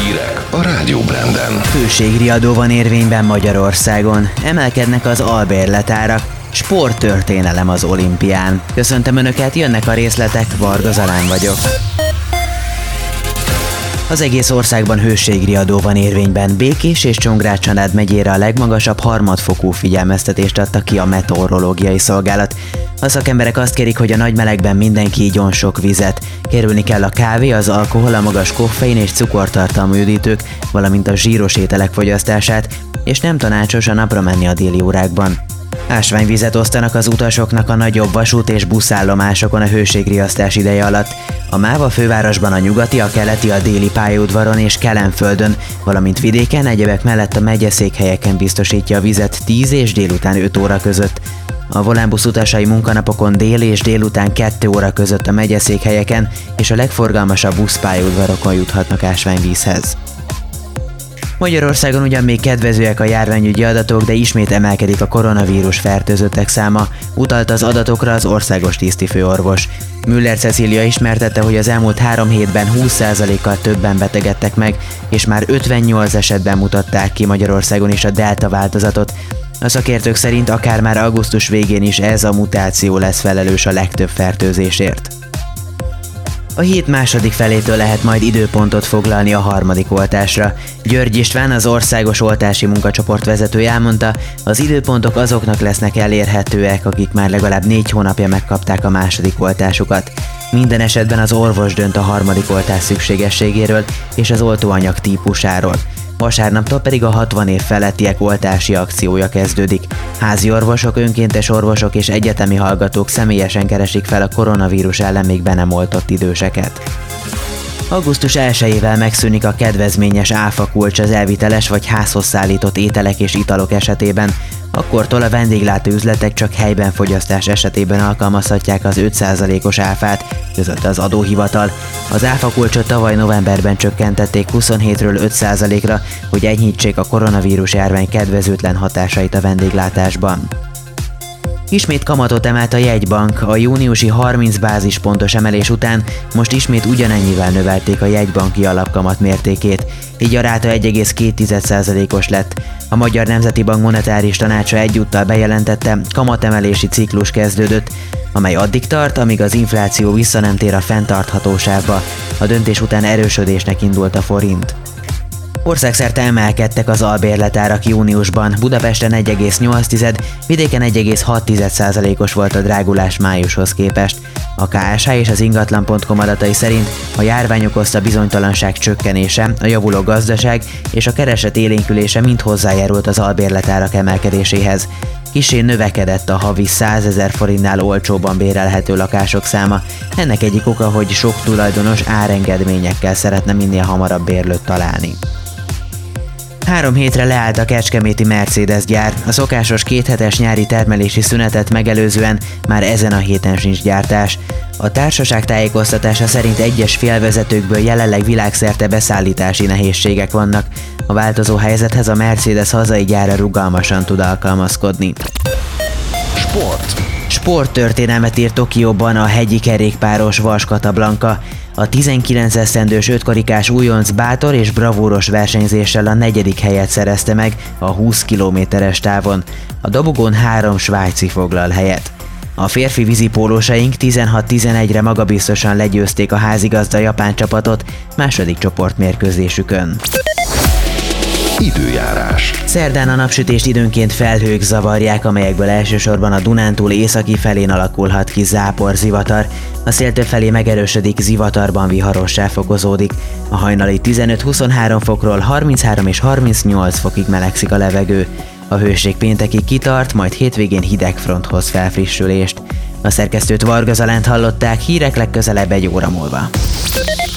Hírek a Rádió Branden. Hőségriadó van érvényben Magyarországon. Emelkednek az albérletárak. Sporttörténelem az olimpián. Köszöntöm Önöket, jönnek a részletek, Varga Zalán vagyok. Az egész országban hőségriadó van érvényben. Békés és Csongrád-Csanád megyére a legmagasabb harmadfokú figyelmeztetést adta ki a meteorológiai szolgálat. A szakemberek azt kérik, hogy a nagy melegben mindenki igyon sok vizet. Kerülni kell a kávé, az alkohol, a magas koffein és cukortartalmú üdítők, valamint a zsíros ételek fogyasztását, és nem tanácsos a napra menni a déli órákban. Ásványvizet osztanak az utasoknak a nagyobb vasút- és buszállomásokon a hőségriasztás ideje alatt. A MÁV fővárosban a nyugati, a keleti, a déli pályaudvaron és Kelenföldön, valamint vidéken, egyebek mellett a megyeszékhelyeken biztosítja a vizet 10 és délután 5 óra között. A Volánbusz utasai munkanapokon dél és délután 2 óra között a megyeszékhelyeken és a legforgalmasabb buszpályaudvarokon juthatnak ásványvízhez. Magyarországon ugyan még kedvezőek a járványügyi adatok, de ismét emelkedik a koronavírus fertőzöttek száma, utalt az adatokra az országos tisztifőorvos. Müller Cecília ismertette, hogy az elmúlt 3 hétben 20%-kal többen betegedtek meg, és már 58 esetben mutatták ki Magyarországon is a delta változatot. A szakértők szerint akár már augusztus végén is ez a mutáció lesz felelős a legtöbb fertőzésért. A hét második felétől lehet majd időpontot foglalni a harmadik oltásra. György István, az országos oltási munkacsoport vezetője elmondta, az időpontok azoknak lesznek elérhetőek, akik már legalább 4 hónapja megkapták a második oltásukat. Minden esetben az orvos dönt a harmadik oltás szükségességéről és az oltóanyag típusáról. Vasárnaptól pedig a 60 év felettiek oltási akciója kezdődik. Házi orvosok, önkéntes orvosok és egyetemi hallgatók személyesen keresik fel a koronavírus ellen még be nem oltott időseket. Augusztus 1-ével megszűnik a kedvezményes áfakulcs az elviteles vagy házhoz szállított ételek és italok esetében. Akkortól a vendéglátóüzletek csak helyben fogyasztás esetében alkalmazhatják az 5%-os áfát, közölte az adóhivatal. Az áfakulcsot tavaly novemberben csökkentették 27-ről 5%-ra, hogy enyhítsék a koronavírus járvány kedvezőtlen hatásait a vendéglátásban. Ismét kamatot emelt a jegybank, a júniusi 30 bázispontos emelés után most ismét ugyanennyivel növelték a jegybanki alapkamat mértékét, így a ráta 1,2%-os lett. A Magyar Nemzeti Bank monetáris tanácsa egyúttal bejelentette, kamatemelési ciklus kezdődött, amely addig tart, amíg az infláció vissza nem tér a fenntartható sávba. A döntés után erősödésnek indult a forint. Országszerte emelkedtek az albérletárak júniusban, Budapesten 1,8, vidéken 1,6%-os volt a drágulás májushoz képest. A KSH és az ingatlan.com adatai szerint a járvány okozta bizonytalanság csökkenése, a javuló gazdaság és a kereslet élénkülése mind hozzájárult az albérletárak emelkedéséhez. Kissé növekedett a havi 100 000 forintnál olcsóban bérelhető lakások száma. Ennek egyik oka, hogy sok tulajdonos árengedményekkel szeretne minél hamarabb bérlőt találni. 3 hétre leállt a kecskeméti Mercedes gyár, a szokásos 2 hetes nyári termelési szünetet megelőzően már ezen a héten sincs gyártás. A társaság tájékoztatása szerint egyes félvezetőkből jelenleg világszerte beszállítási nehézségek vannak. A változó helyzethez a Mercedes hazai gyára rugalmasan tud alkalmazkodni. Sport. Sporttörténelmet írt Tokióban a hegyi kerékpáros Vas Casablanca. A 19 esztendős 5 karikás újonc bátor és bravúros versenyzéssel a 4. helyet szerezte meg a 20 kilométeres távon. A dobogón 3 svájci foglal helyet. A férfi vízipólósaink 16-11-re magabiztosan legyőzték a házigazda japán csapatot második csoportmérkőzésükön. Időjárás. Szerdán a napsütést időnként felhők zavarják, amelyekből elsősorban a Dunántúl északi felén alakulhat ki záporzivatar. A szél többfelé megerősödik, zivatarban viharossá fokozódik. A hajnali 15-23 fokról 33 és 38 fokig melegszik a levegő. A hőség péntekig kitart, majd hétvégén hideg front hoz felfrissülést. A szerkesztőt, Varga Zalánt hallották, hírek legközelebb 1 óra múlva.